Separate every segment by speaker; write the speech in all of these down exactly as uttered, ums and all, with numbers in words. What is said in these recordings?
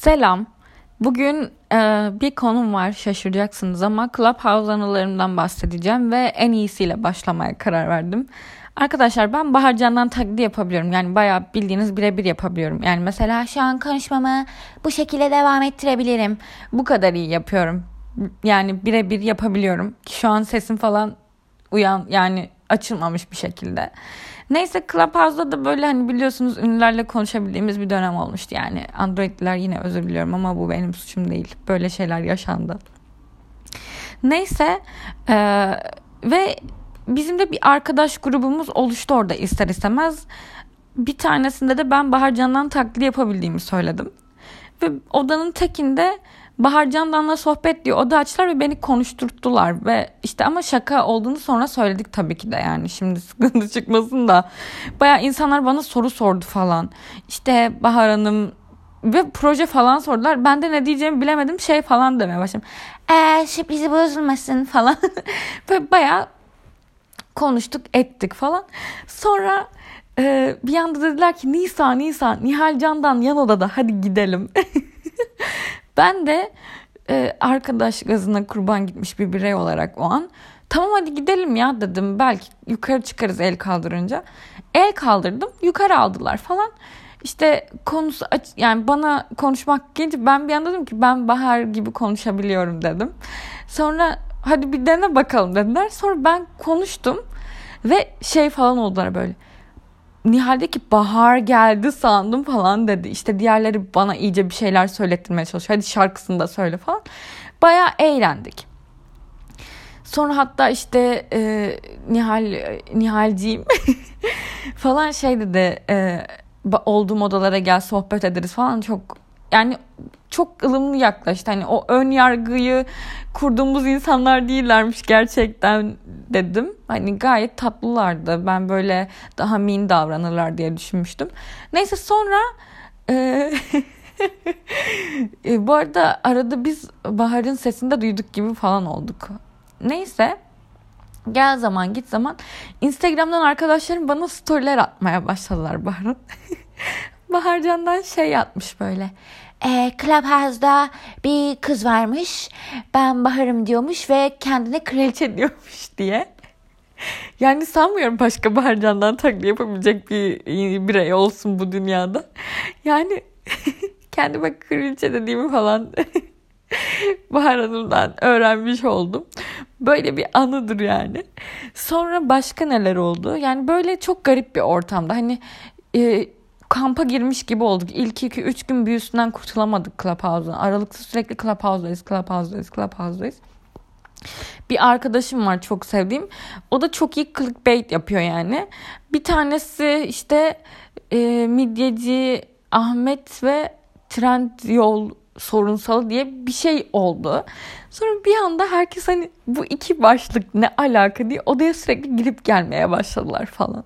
Speaker 1: Selam. Bugün e, bir konum var, şaşıracaksınız ama Clubhouse anılarımdan bahsedeceğim ve en iyisiyle başlamaya karar verdim. Arkadaşlar ben Bahar Can'dan taklidi yapabiliyorum. Yani bayağı bildiğiniz birebir yapabiliyorum. Yani mesela şu an konuşmamı bu şekilde devam ettirebilirim. Bu kadar iyi yapıyorum. Yani birebir yapabiliyorum. Şu an sesim falan uyan yani açılmamış bir şekilde. Neyse Clubhouse'da da böyle hani biliyorsunuz ünlülerle konuşabildiğimiz bir dönem olmuştu. Yani Android'liler yine özür diliyorum ama bu benim suçum değil. Böyle şeyler yaşandı. Neyse e, ve bizim de bir arkadaş grubumuz oluştu orada ister istemez. Bir tanesinde de ben Bahar Can'dan taklidi yapabildiğimi söyledim. Ve odanın tekinde Bahar Candan'la sohbet diye oda açtılar ve beni konuşturttular. Ve işte ama şaka olduğunu sonra söyledik tabii ki de, yani şimdi sıkıntı çıkmasın da. Bayağı insanlar bana soru sordu falan. İşte Bahar Hanım ve proje falan sordular. Ben de ne diyeceğimi bilemedim, şey falan demeye başladım. Eee sürprizi bozulmasın falan. Ve bayağı konuştuk ettik falan. Sonra e, bir anda dediler ki Nisa Nisa Nihal Candan yan odada, hadi gidelim. Ben de e, arkadaş gazına kurban gitmiş bir birey olarak o an tamam hadi gidelim ya dedim. Belki yukarı çıkarız el kaldırınca. El kaldırdım, yukarı aldılar falan. İşte konusu aç, yani bana konuşmak gelince ben bir anda dedim ki ben Bahar gibi konuşabiliyorum dedim. Sonra hadi bir dene bakalım dediler. Sonra ben konuştum ve şey falan oldular böyle. Nihal'deki Bahar geldi sandım falan dedi. İşte diğerleri bana iyice bir şeyler söylettirmeye çalışıyor. Hadi şarkısını da söyle falan. Bayağı eğlendik. Sonra hatta işte e, Nihal Nihalciğim falan şey dedi. E, olduğum odalara gel sohbet ederiz falan, çok yani çok ılımlı yaklaştı. Hani o ön yargıyı kurduğumuz insanlar değillermiş gerçekten dedim. Hani gayet tatlılardı. Ben böyle daha mean davranırlar diye düşünmüştüm. Neyse sonra e, e, bu arada arada biz Bahar'ın sesini de duyduk gibi falan olduk. Neyse gel zaman git zaman Instagram'dan arkadaşlarım bana storyler atmaya başladılar Bahar'ın. Bahar Can'dan şey atmış böyle. E, Clubhouse'da bir kız varmış. Ben Bahar'ım diyormuş ve kendine kraliçe diyormuş diye. Yani sanmıyorum başka Bahar Can'dan taklidi yapabilecek bir birey olsun bu dünyada. Yani kendime kraliçe dediğimi falan Bahar Hanım'dan öğrenmiş oldum. Böyle bir anıdır yani. Sonra başka neler oldu? Yani böyle çok garip bir ortamda. Hani e, kampa girmiş gibi olduk. İlk iki üç gün büyüsünden kurtulamadık Clubhouse'dan. Aralıksız sürekli Clubhouse'dayız, Clubhouse'dayız, Clubhouse'dayız. Bir arkadaşım var çok sevdiğim. O da çok iyi clickbait yapıyor yani. Bir tanesi işte e, midyeci Ahmet ve Trendyol sorunsalı diye bir şey oldu. Sonra bir anda herkes hani bu iki başlık ne alaka diye odaya sürekli girip gelmeye başladılar falan.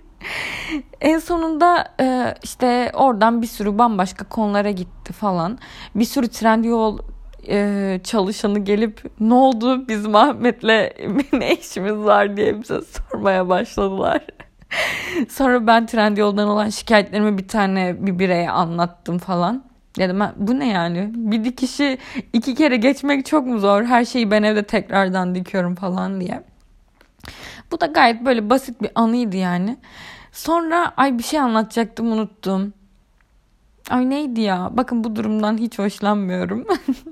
Speaker 1: En sonunda e, işte oradan bir sürü bambaşka konulara gitti falan. Bir sürü Trendyol e, çalışanı gelip ne oldu bizim Ahmet'le ne işimiz var diye bize sormaya başladılar. Sonra ben Trendyol'dan olan şikayetlerimi bir tane bir bireye anlattım falan. Dedim ben, bu ne yani? Bir dikişi iki kere geçmek çok mu zor? Her şeyi ben evde tekrardan dikiyorum falan diye. Bu da gayet böyle basit bir anıydı yani. Sonra ay bir şey anlatacaktım, unuttum. Ay neydi ya? Bakın bu durumdan hiç hoşlanmıyorum.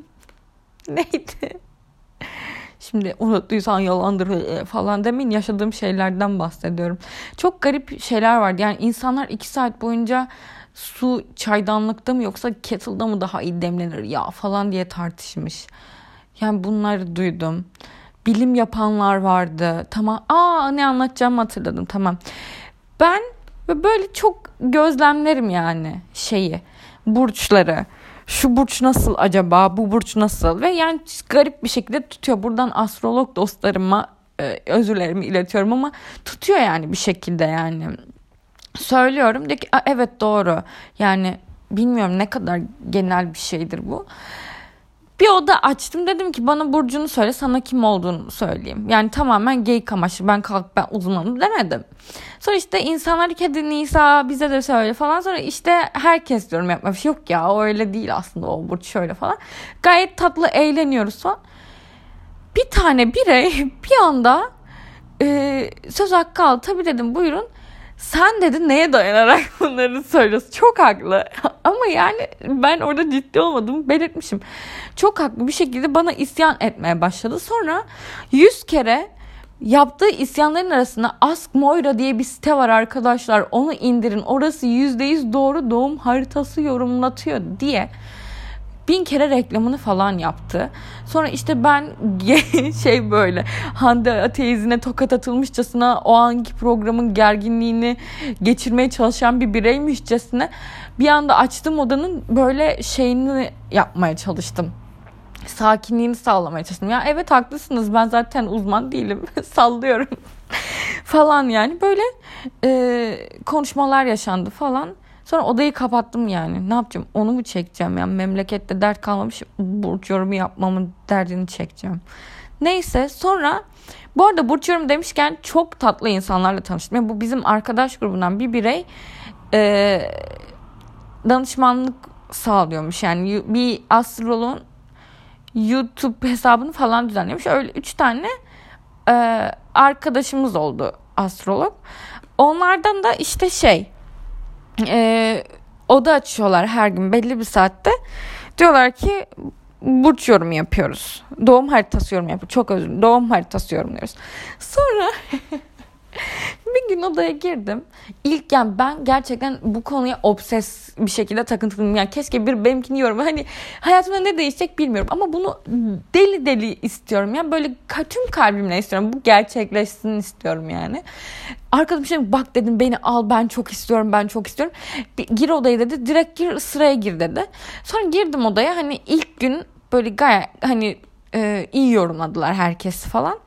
Speaker 1: Neydi? Şimdi unuttuysan yalandır falan demeyin, yaşadığım şeylerden bahsediyorum. Çok garip şeyler vardı. Yani insanlar iki saat boyunca su çaydanlıkta mı yoksa kettle'da mı daha iyi demlenir ya falan diye tartışmış. Yani bunları duydum. Bilim yapanlar vardı. Tamam. Aa ne anlatacağımı hatırladım. Tamam. Ben böyle çok gözlemlerim yani şeyi, burçları. Şu burç nasıl acaba? Bu burç nasıl? Ve yani garip bir şekilde tutuyor. Buradan astrolog dostlarıma e, özürlerimi iletiyorum ama tutuyor yani bir şekilde yani. Söylüyorum diyor ki evet doğru. Yani bilmiyorum ne kadar genel bir şeydir bu. Bir oda açtım, dedim ki bana burcunu söyle, sana kim olduğunu söyleyeyim. Yani tamamen geyik amaçlı, ben kalk ben uzmanım demedim. Sonra işte insanlar kedi Nisa bize de söyle falan. Sonra işte herkes diyorum yapmış. Yok ya, o öyle değil aslında, o burç şöyle falan. Gayet tatlı eğleniyoruz falan. Bir tane birey bir anda e, söz hakkı aldı. Tabii dedim, buyurun. Sen dedi neye dayanarak bunları söylüyorsun? Çok haklı. Ama yani ben orada ciddi olmadığımı belirtmişim. Çok haklı bir şekilde bana isyan etmeye başladı. Sonra yüz kere yaptığı isyanların arasında Ask Moira diye bir site var arkadaşlar. Onu indirin. Orası yüzde yüz doğru doğum haritası yorumlatıyor diye bin kere reklamını falan yaptı. Sonra işte ben şey böyle Hande ateizine tokat atılmışçasına o anki programın gerginliğini geçirmeye çalışan bir bireymişçesine bir anda açtım odanın böyle şeyini yapmaya çalıştım. Sakinliğini sağlamaya çalıştım. Ya evet haklısınız, ben zaten uzman değilim. Sallıyorum. falan yani. Böyle e, konuşmalar yaşandı falan. Sonra odayı kapattım yani. Ne yapacağım? Onu mu çekeceğim? Yani memlekette dert kalmamış. Burç yorumu yapmamın derdini çekeceğim. Neyse sonra bu arada burç yorumu demişken çok tatlı insanlarla tanıştım. Yani bu bizim arkadaş grubundan bir birey e, danışmanlık sağlıyormuş. Yani bir astroloğun YouTube hesabını falan düzenlemiş. Öyle üç tane e, arkadaşımız oldu astrolog. Onlardan da işte şey e, oda açıyorlar her gün belli bir saatte. Diyorlar ki burç yorumu yapıyoruz. Doğum haritası yorumu yapıyoruz. Çok özür dilerim. Doğum haritası yorumluyoruz. Sonra bir gün odaya girdim. İlk yani ben gerçekten bu konuya obses bir şekilde takıntılıyım. Yani keşke bir benimkini yorum. Hani hayatımda ne değişecek bilmiyorum. Ama bunu deli deli istiyorum. Yani böyle tüm kalbimle istiyorum. Bu gerçekleşsin istiyorum yani. Arkadaşım şey, bak dedim beni al, ben çok istiyorum ben çok istiyorum. Bir, gir odaya dedi. Direkt gir, sıraya gir dedi. Sonra girdim odaya. Hani ilk gün böyle gayet hani e, iyi yorumladılar herkes falan.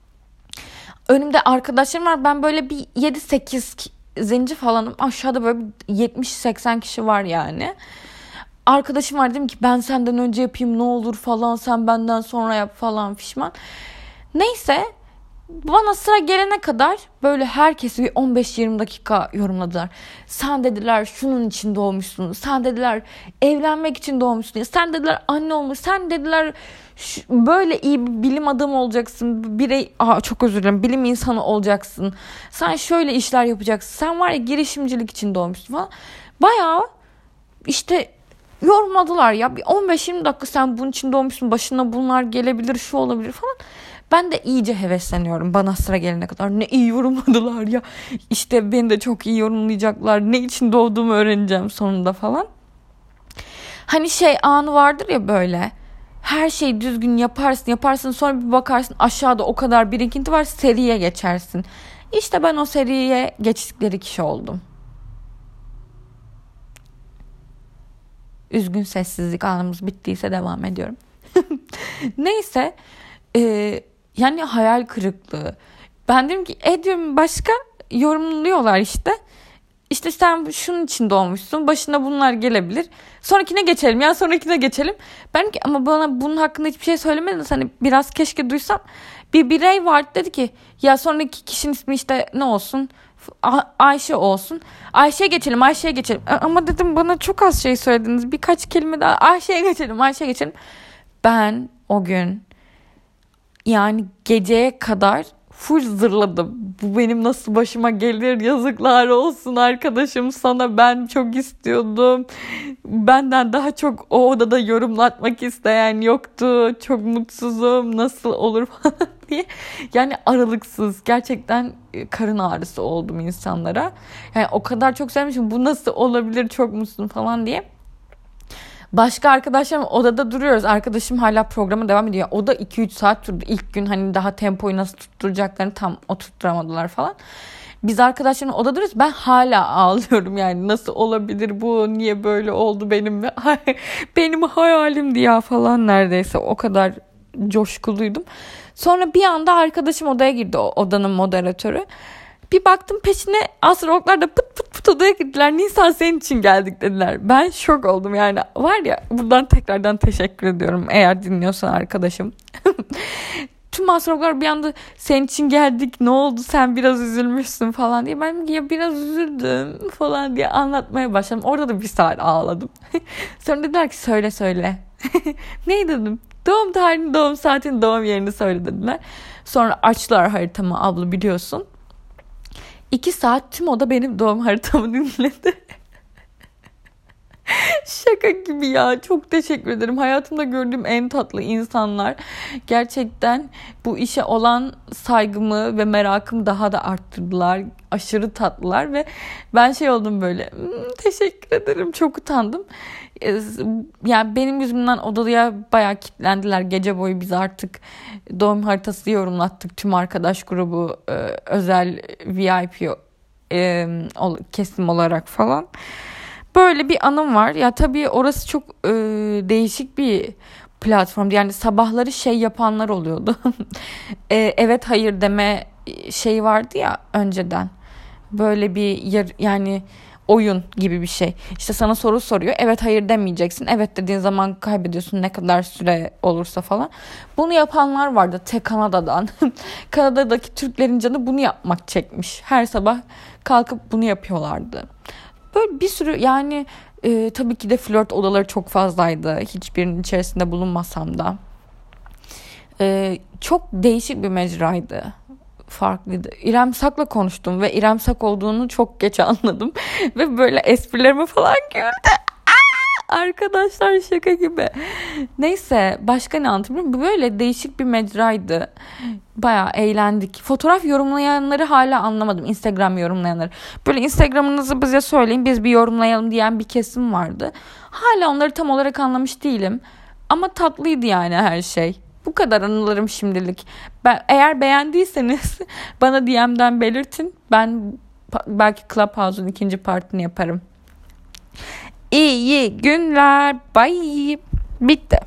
Speaker 1: Önümde arkadaşlarım var. Ben böyle bir yedi sekiz zenci falanım. Aşağıda böyle yetmiş seksen kişi var yani. Arkadaşım var, dedim ki ben senden önce yapayım ne olur falan. Sen benden sonra yap falan fişman. Neyse bana sıra gelene kadar böyle herkesi bir on beş yirmi dakika yorumladılar. Sen dediler şunun için doğmuşsun. Sen dediler evlenmek için doğmuşsun. Sen dediler anne olmuş. Sen dediler böyle iyi bir bilim adamı olacaksın. Birey, aa, çok özür dilerim, bilim insanı olacaksın. Sen şöyle işler yapacaksın. Sen var ya girişimcilik için doğmuşsun falan. Bayağı işte yorumladılar ya. Bir on beş yirmi dakika sen bunun için doğmuşsun. Başına bunlar gelebilir, şu olabilir falan. Ben de iyice hevesleniyorum bana sıra gelene kadar. Ne iyi yorumladılar ya. İşte beni de çok iyi yorumlayacaklar. Ne için doğduğumu öğreneceğim sonunda falan. Hani şey anı vardır ya böyle. Her şeyi düzgün yaparsın yaparsın sonra bir bakarsın aşağıda o kadar birikinti var, seriye geçersin. İşte ben o seriye geçtikleri kişi oldum. Üzgün sessizlik anımız bittiyse devam ediyorum. Neyse e, yani hayal kırıklığı. Ben dedim ki ediyorum, başka yorumluyorlar işte. İşte sen şunun için doğmuşsun. Başına bunlar gelebilir. Sonrakine geçelim. Ya sonrakine geçelim. Ben ki ama bana bunun hakkında hiçbir şey söylemediniz. Hani biraz keşke duysam. Bir birey vardı, dedi ki ya sonraki kişinin ismi işte ne olsun? Ayşe olsun. Ayşe'ye geçelim. Ayşe'ye geçelim. Ama dedim bana çok az şey söylediniz. Birkaç kelime daha. Ayşe'ye geçelim. Ayşe'ye geçelim. Ben o gün yani geceye kadar full zırladım. Bu benim nasıl başıma gelir, yazıklar olsun arkadaşım sana, ben çok istiyordum. Benden daha çok o odada yorumlatmak isteyen yoktu. Çok mutsuzum, nasıl olur falan diye. Yani aralıksız gerçekten karın ağrısı oldum insanlara. Yani o kadar çok sevmişim, bu nasıl olabilir, çok mutsuzum falan diye. Başka arkadaşlarım odada duruyoruz. Arkadaşım hala programa devam ediyor. O da iki üç saat durdu. İlk gün hani daha tempoyu nasıl tutturacaklarını tam oturtturamadılar falan. Biz arkadaşlarım odada duruyoruz. Ben hala ağlıyorum yani. Nasıl olabilir bu? Niye böyle oldu benim? Benim hayalimdi ya falan neredeyse. O kadar coşkuluydum. Sonra bir anda arkadaşım odaya girdi. O odanın moderatörü. Bir baktım peşine astrologlar da pıt pıt pıt odaya gittiler. Nisan senin için geldik dediler. Ben şok oldum yani. Var ya, buradan tekrardan teşekkür ediyorum eğer dinliyorsan arkadaşım. Tüm astrologlar bir anda senin için geldik, ne oldu, sen biraz üzülmüşsün falan diye. Ben ya biraz üzüldüm falan diye anlatmaya başladım. Orada da bir saat ağladım. Sonra dediler ki söyle söyle. Ne dedim? Doğum tarihini, doğum saatini, doğum yerini söyle dediler. Sonra açtılar haritamı, abla biliyorsun. İki saat tüm oda benim doğum haritamı dinledi. Şaka gibi ya. Çok teşekkür ederim. Hayatımda gördüğüm en tatlı insanlar. Gerçekten bu işe olan saygımı ve merakımı daha da arttırdılar. Aşırı tatlılar ve ben şey oldum böyle. Teşekkür ederim. Çok utandım. Yani benim yüzümden odaya bayağı kilitlendiler. Gece boyu biz artık doğum haritası yorumlattık. Tüm arkadaş grubu özel V I P kesim olarak falan. Böyle bir anım var. Ya tabii orası çok e, değişik bir platformdu. Yani sabahları şey yapanlar oluyordu. e, evet hayır deme şey vardı ya önceden. Böyle bir yer, yani oyun gibi bir şey. İşte sana soru soruyor. Evet hayır demeyeceksin. Evet dediğin zaman kaybediyorsun, ne kadar süre olursa falan. Bunu yapanlar vardı te Kanada'dan. Kanada'daki Türklerin canı bunu yapmak çekmiş. Her sabah kalkıp bunu yapıyorlardı. Böyle bir sürü yani e, tabii ki de flört odaları çok fazlaydı. Hiçbirinin içerisinde bulunmasam da. E, çok değişik bir mecraydı. Farklıydı. İrem Sak'la konuştum ve İrem Sak olduğunu çok geç anladım. Ve böyle esprilerime falan güldü. Arkadaşlar şaka gibi. Neyse başka ne anlatayım? Böyle değişik bir mecraydı. Bayağı eğlendik. Fotoğraf yorumlayanları hala anlamadım. Instagram yorumlayanları. Böyle Instagram'ınızı bize söyleyin, biz bir yorumlayalım diyen bir kesim vardı. Hala onları tam olarak anlamış değilim. Ama tatlıydı yani her şey. Bu kadar anılarım şimdilik. Ben, eğer beğendiyseniz bana D M'den belirtin. Ben belki Clubhouse'un ikinci partini yaparım. İyi günler. Bye. Bitti.